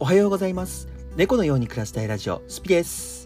おはようございます。猫のように暮らしたいラジオ、スピです。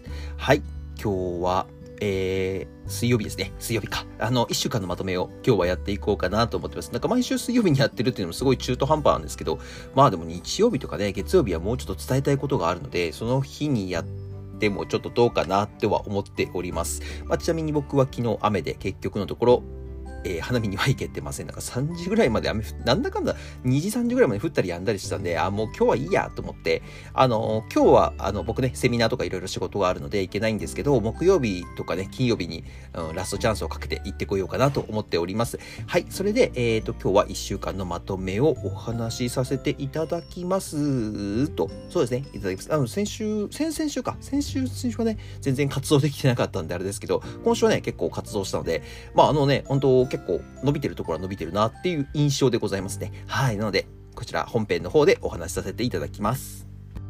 はい、今日は、水曜日ですね。水曜日か。1週間のまとめを今日はやっていこうかなと思ってます。なんか毎週水曜日にやってるっていうのもすごい中途半端なんですけど、まあでも日曜日とかね、月曜日はもうちょっと伝えたいことがあるので、その日にやってもちょっとどうかなっては思っております。ちなみに僕は昨日雨で結局のところ、花見には行けてません。なんか3時ぐらいまでなんだかんだ2時3時ぐらいまで降ったりやんだりしてたんで、もう今日はいいやと思って、今日は僕ね、セミナーとかいろいろ仕事があるので行けないんですけど、木曜日とかね、金曜日に、ラストチャンスをかけて行ってこようかなと思っております。はい、それで、今日は1週間のまとめをお話しさせていただきますと、そうですね、いただきます。先週はね、全然活動できてなかったんであれですけど、今週はね、結構活動したので、本当結構伸びてるところは伸びてるなっていう印象でございますね。はい。なので、こちら本編の方でお話しさせていただきます。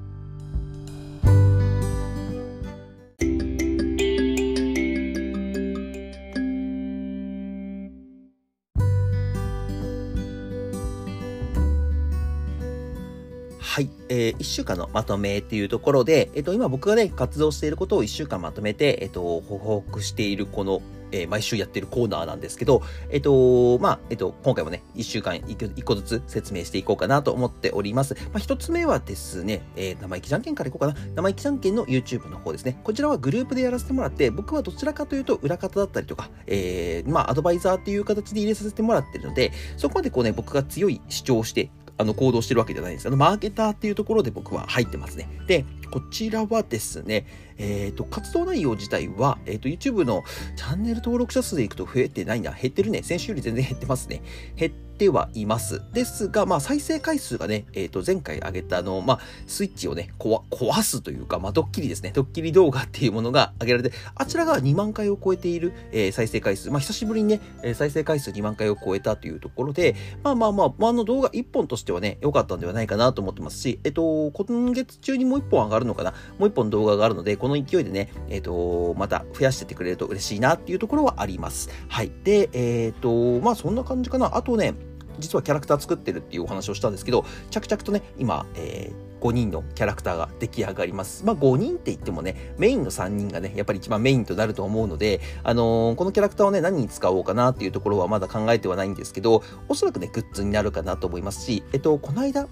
はい。1週間のまとめっていうところで、今僕がね、活動していることを1週間まとめて、報告しているこの、毎週やってるコーナーなんですけど、今回もね、1週間1個ずつ説明していこうかなと思っております。1つ目はですね、生意気じゃんけんからいこうかな。生意気じゃんけんの YouTube の方ですね。こちらはグループでやらせてもらって、僕はどちらかというと裏方だったりとか、アドバイザーっていう形で入れさせてもらってるので、そこまでこうね、僕が強い主張をして、行動してるわけじゃないんです。マーケターっていうところで僕は入ってますね。で、こちらはですね、活動内容自体は、YouTube のチャンネル登録者数でいくと増えてないな。減ってるね。先週より全然減ってますね。減ってはいます。ですが、再生回数がね、前回上げたスイッチをね、壊すというか、ドッキリですね。ドッキリ動画っていうものが上げられて、あちらが2万回を超えている、再生回数。久しぶりにね、再生回数2万回を超えたというところで、動画1本としてはね、良かったんではないかなと思ってますし、今月中にもう1本上がるのかな。もう1本動画があるので、この勢いでね、また増やしてってくれると嬉しいなっていうところはあります。はい。で、そんな感じかな。あとね、実はキャラクター作ってるっていうお話をしたんですけど、着々とね、今、5人のキャラクターが出来上がります。5人って言ってもね、メインの3人がね、やっぱり一番メインとなると思うので、このキャラクターをね、何に使おうかなっていうところはまだ考えてはないんですけど、おそらくね、グッズになるかなと思いますし、この間、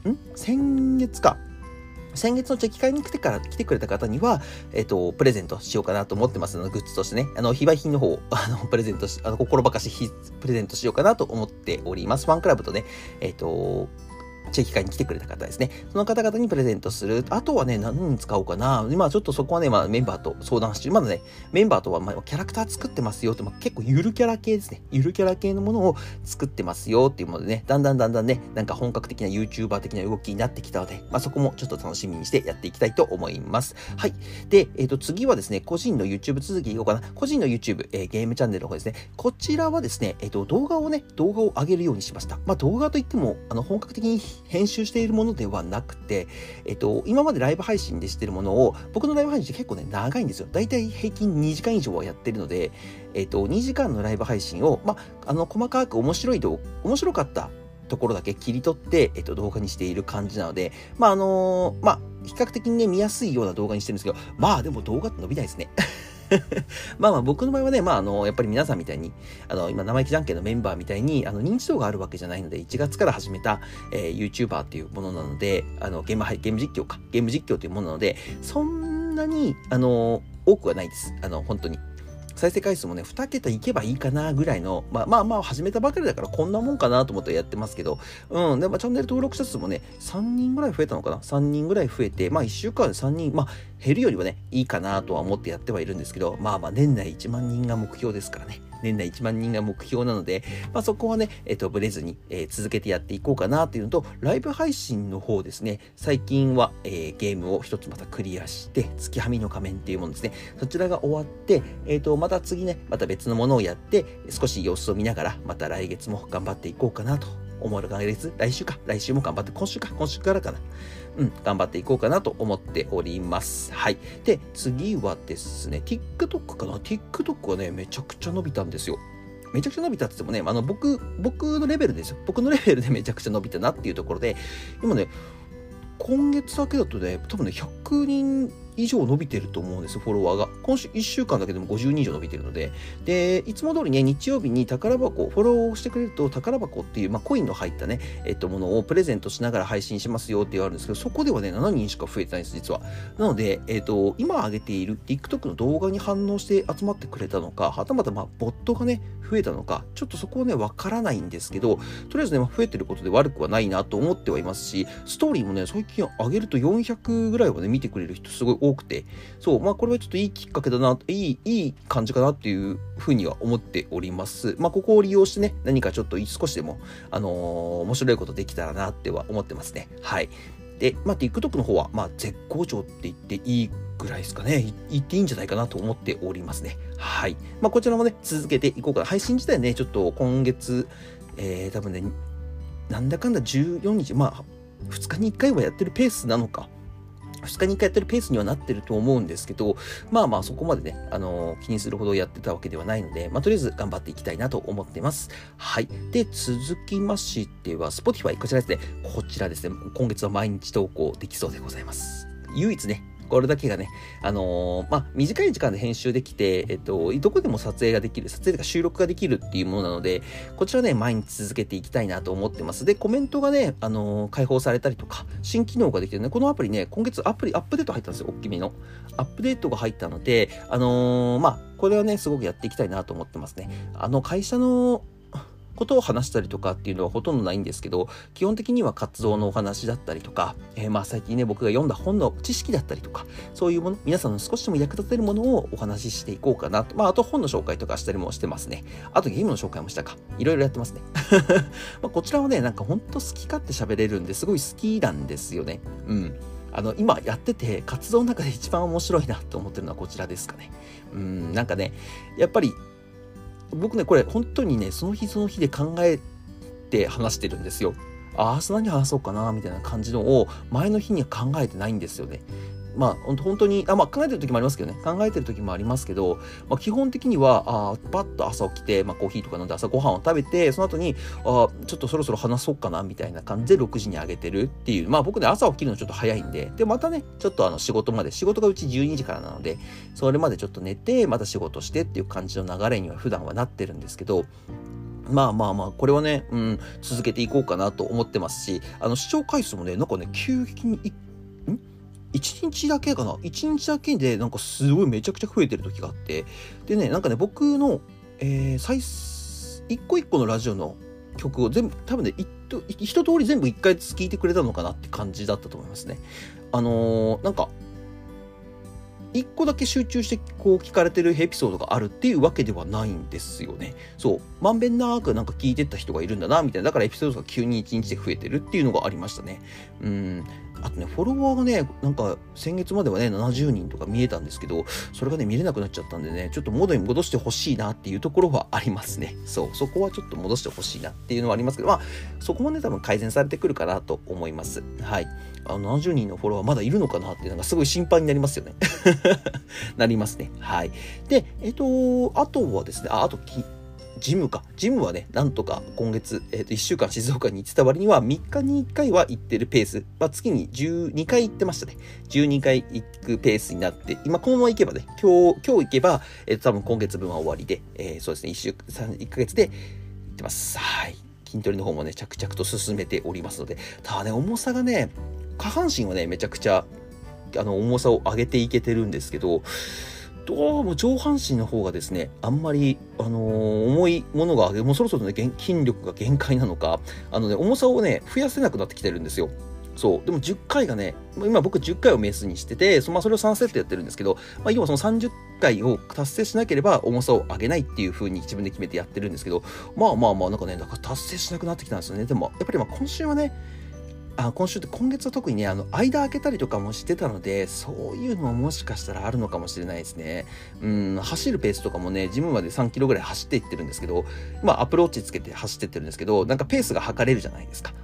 先月のチェキ会に来てくれた方には、プレゼントしようかなと思ってますので、グッズとしてね、非売品の方を、プレゼントし、心ばかしプレゼントしようかなと思っております。ファンクラブとね、チェキ会に来てくれた方ですね。その方々にプレゼントする。あとはね、何に使おうかな。今ちょっとそこはね、メンバーと相談して、まだね、メンバーとはキャラクター作ってますよって、結構ゆるキャラ系ですね。ゆるキャラ系のものを作ってますよっていうものでね、だんだんね、なんか本格的な YouTuber 的な動きになってきたので、そこもちょっと楽しみにしてやっていきたいと思います。はい。で、次はですね、個人の YouTube 続きいこうかな。個人の YouTube、ゲームチャンネルの方ですね。こちらはですね、動画を上げるようにしました。動画といっても、本格的に編集しているものではなくて、今までライブ配信でしているものを、僕のライブ配信って結構ね、長いんですよ。だいたい平均2時間以上はやってるので、2時間のライブ配信を、細かく面白かったところだけ切り取って、動画にしている感じなので、比較的にね、見やすいような動画にしてるんですけど、でも動画って伸びないですね。僕の場合はね、やっぱり皆さんみたいに、今、生意気じゃんけんのメンバーみたいに、認知度があるわけじゃないので、1月から始めた、YouTuber っていうものなので、ゲーム実況というものなので、そんなに、多くはないです。本当に。再生回数もね、2桁いけばいいかなぐらいの、始めたばかりだからこんなもんかなと思ってやってますけど、でもチャンネル登録者数もね、3人ぐらい増えたのかな ?3 人ぐらい増えて、1週間で3人、減るよりはね、いいかなとは思ってやってはいるんですけど、年内1万人が目標ですからね。年内1万人が目標なので、そこはね、ブレずに、続けてやっていこうかなっていうのと、ライブ配信の方ですね、最近は、ゲームを一つまたクリアして、月はみの仮面っていうものですね、そちらが終わって、また次ね、また別のものをやって、少し様子を見ながら、また来月も頑張っていこうかなと思う来週も頑張って、今週からかな。頑張っていこうかなと思っております。はい。で、次はですね、TikTok かな。TikTok はね、めちゃくちゃ伸びたんですよ。めちゃくちゃ伸びたって言ってもね、僕のレベルですよ。僕のレベルでめちゃくちゃ伸びたなっていうところで、今ね、 今月だけだとね、多分ね、100人以上伸びてると思うんですよ、フォロワーが。今週1週間だけでも50人以上伸びてるので。で、いつも通りね、日曜日に宝箱、フォローしてくれると宝箱っていう、コインの入ったね、ものをプレゼントしながら配信しますよって言われるんですけど、そこではね、7人しか増えてないんです、実は。なので、今上げている TikTok の動画に反応して集まってくれたのか、はたまたボットがね、増えたのか、ちょっとそこはね、わからないんですけど、とりあえずね、増えてることで悪くはないなと思ってはいますし、ストーリーもね、最近上げると400ぐらいはね、見てくれる人すごい多くて、そう、これはちょっといいきっかけだな、いい感じかなっていうふうには思っております。ここを利用してね、何かちょっと少しでも、面白いことできたらなっては思ってますね。はい。で、TikTok の方は、絶好調って言っていいぐらいですかね。言っていいんじゃないかなと思っておりますね。はい。こちらもね、続けていこうかな。配信自体ね、ちょっと今月、多分ね、なんだかんだ14日、2日に1回はやってるペースなのか。2日に1回やってるペースにはなってると思うんですけど、そこまでね、気にするほどやってたわけではないので、とりあえず頑張っていきたいなと思ってます。はい。で、続きましては、Spotify、こちらですね。こちらですね、今月は毎日投稿できそうでございます。唯一ね、これだけがね、短い時間で編集できて、どこでも撮影ができる、撮影とか収録ができるっていうものなので、こちらね、毎日続けていきたいなと思ってます。で、コメントがね、開放されたりとか、新機能ができてね、このアプリね、今月アップデート入ったんですよ、大きめの。アップデートが入ったので、これはね、すごくやっていきたいなと思ってますね。会社の、ことを話したりとかっていうのはほとんどないんですけど、基本的には活動のお話だったりとか、最近ね、僕が読んだ本の知識だったりとか、そういうもの、皆さんの少しでも役立てるものをお話ししていこうかなと。あと本の紹介とかしたりもしてますね。あとゲームの紹介もしたか。いろいろやってますね。こちらはね、ほんと好き勝手喋れるんですごい好きなんですよね。うん。今やってて活動の中で一番面白いなと思ってるのはこちらですかね。やっぱり、僕ね、これ本当にね、その日その日で考えて話してるんですよ。明日何話そうかなみたいな感じのを前の日には考えてないんですよね。本当に、考えてる時もありますけどね。考えてる時もありますけど、基本的には、パッと朝起きて、コーヒーとか飲んで朝ごはんを食べて、その後に、ちょっとそろそろ話そうかな、みたいな感じで6時に上げてるっていう。僕ね、朝起きるのちょっと早いんで、で、またね、ちょっと仕事がうち12時からなので、それまでちょっと寝て、また仕事してっていう感じの流れには普段はなってるんですけど、これはね、続けていこうかなと思ってますし、視聴回数もね、急激に1日だけかな ?1 日だけですごいめちゃくちゃ増えてる時があって、でね、僕の、一個一個のラジオの曲を全部、多分ね、一通り全部1回ずつ聞いてくれたのかなって感じだったと思いますね。一個だけ集中して聞かれてるエピソードがあるっていうわけではないんですよね。そう。まんべんなく聞いてった人がいるんだな、みたいな。だからエピソードが急に1日で増えてるっていうのがありましたね。あとね、フォロワーがね、先月まではね、70人とか見えたんですけど、それがね、見れなくなっちゃったんでね、ちょっと元に戻してほしいなっていうところはありますね。そう。そこはちょっと戻してほしいなっていうのはありますけど、そこもね、多分改善されてくるかなと思います。はい。70人のフォロワーまだいるのかなっていうのがすごい心配になりますよね。なりますね。はい。で、あとはですね、ジムか。ジムはね、なんとか今月、1週間静岡に行ってた割には、3日に1回は行ってるペース。月に12回行ってましたね。12回行くペースになって、今このまま行けばね、今日行けば、多分今月分は終わりで、そうですね、1ヶ月で行ってます。はい。筋トレの方もね、着々と進めておりますので、ただね、重さがね、下半身はね、めちゃくちゃ、重さを上げていけてるんですけど、どうも上半身の方がですね、あんまり、重いものがもうそろそろね、筋力が限界なのか、重さをね、増やせなくなってきてるんですよ。そう。でも10回がね、今僕10回を目安にしてて、それを3セットやってるんですけど、要はその30回を達成しなければ重さを上げないっていう風に自分で決めてやってるんですけど、達成しなくなってきたんですよね。でも、やっぱり今週はね、今月は特にね、間開けたりとかもしてたので、そういうのももしかしたらあるのかもしれないですね。走るペースとかもね、ジムまで3キロぐらい走っていってるんですけど、アプローチつけて走ってってるんですけど、ペースが測れるじゃないですか。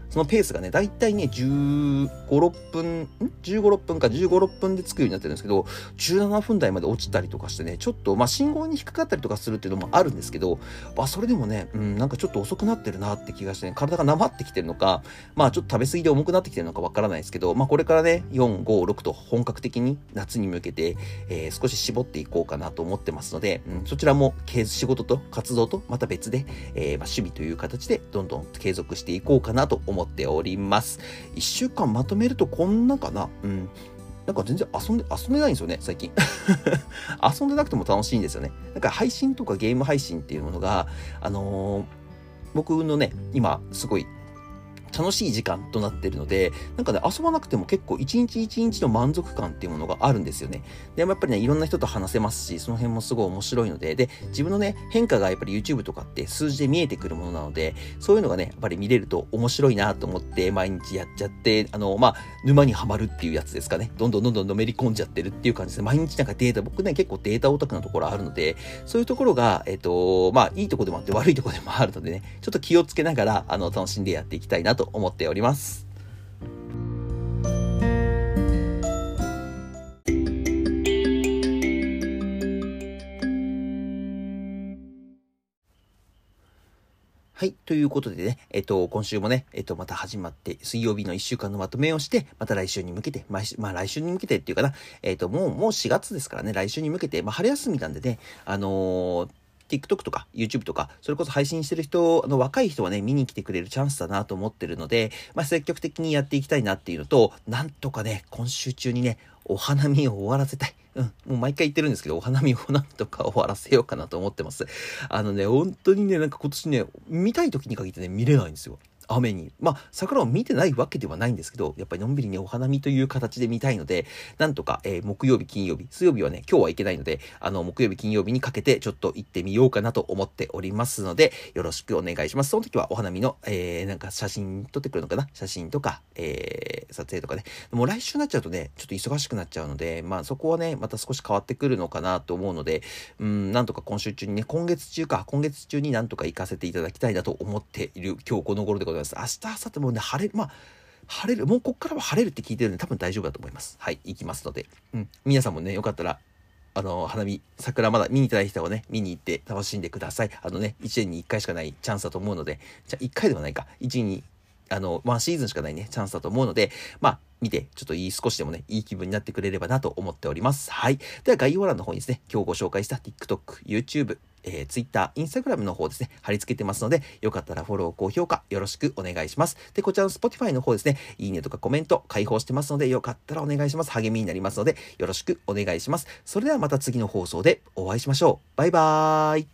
そのペースがね、だいたいね、15、6分、15、6分か15、6分で着くようになってるんですけど、17分台まで落ちたりとかしてね、ちょっと、信号に引っかかったりとかするっていうのもあるんですけど、それでもね、なんかちょっと遅くなってるなって気がしてね、体がなまってきてるのか、ちょっと食べ過ぎで重くなってきてるのかわからないですけど、これからね、4、5、6と本格的に夏に向けて、少し絞っていこうかなと思ってますので、そちらも仕事と活動とまた別で、趣味という形でどんどん継続していこうかなと思っております。1週間まとめるとこんなかな。なんか全然遊んでないんですよね、最近。遊んでなくても楽しいんですよね。なんか配信とかゲーム配信っていうものが、僕のね、今、すごい、楽しい時間となっているので、なんかね、遊ばなくても結構一日一日の満足感っていうものがあるんですよね。でもやっぱりね、いろんな人と話せますし、その辺もすごい面白いので、自分のね、変化がやっぱり YouTube とかって数字で見えてくるものなので、そういうのがね、やっぱり見れると面白いなと思って毎日やっちゃって、沼にはまるっていうやつですかね。どんどんのめり込んじゃってるっていう感じで、毎日なんか僕ね、結構データオタクなところあるので、そういうところが、いいところでもあって悪いところでもあるのでね、ちょっと気をつけながら、楽しんでやっていきたいなと思っております。はい。ということでね、今週もね、また始まって、水曜日の1週間のまとめをして、また来週に向けて、来週に向けてっていうかな、もう4月ですからね、来週に向けて、春休みなんでね、TikTok とか YouTube とか、それこそ配信してる人、若い人はね、見に来てくれるチャンスだなと思ってるので、積極的にやっていきたいなっていうのと、なんとかね、今週中にね、お花見を終わらせたい。もう毎回言ってるんですけど、お花見をなんとか終わらせようかなと思ってます。本当にね、なんか今年ね、見たい時に限ってね、見れないんですよ。雨に。桜を見てないわけではないんですけど、やっぱりのんびりね、お花見という形で見たいので、なんとか、木曜日、金曜日、水曜日はね、今日は行けないので、木曜日、金曜日にかけてちょっと行ってみようかなと思っておりますので、よろしくお願いします。その時はお花見の、なんか写真撮ってくるのかな？写真とか、撮影とかね。もう来週になっちゃうとね、ちょっと忙しくなっちゃうので、そこはね、また少し変わってくるのかなと思うので、なんとか今週中にね、今月中になんとか行かせていただきたいなと思っている今日この頃でございます。明日、明後日もね、晴れる、もうこっからは晴れるって聞いてるので多分大丈夫だと思います。はい、行きますので。皆さんもね、よかったら、花見、桜まだ見に行ってない人はね、見に行って楽しんでください。1年に1回しかないチャンスだと思うので、じゃあ1回ではないか。1年に、1シーズンしかないね、チャンスだと思うので、見て、ちょっと少しでもね、いい気分になってくれればなと思っております。はい。では概要欄の方にですね、今日ご紹介した TikTok、YouTube、Twitter、Instagram の方ですね、貼り付けてますので、よかったらフォロー、高評価よろしくお願いします。で、こちらの Spotify の方ですね、いいねとかコメント開放してますので、よかったらお願いします。励みになりますので、よろしくお願いします。それではまた次の放送でお会いしましょう。バイバーイ。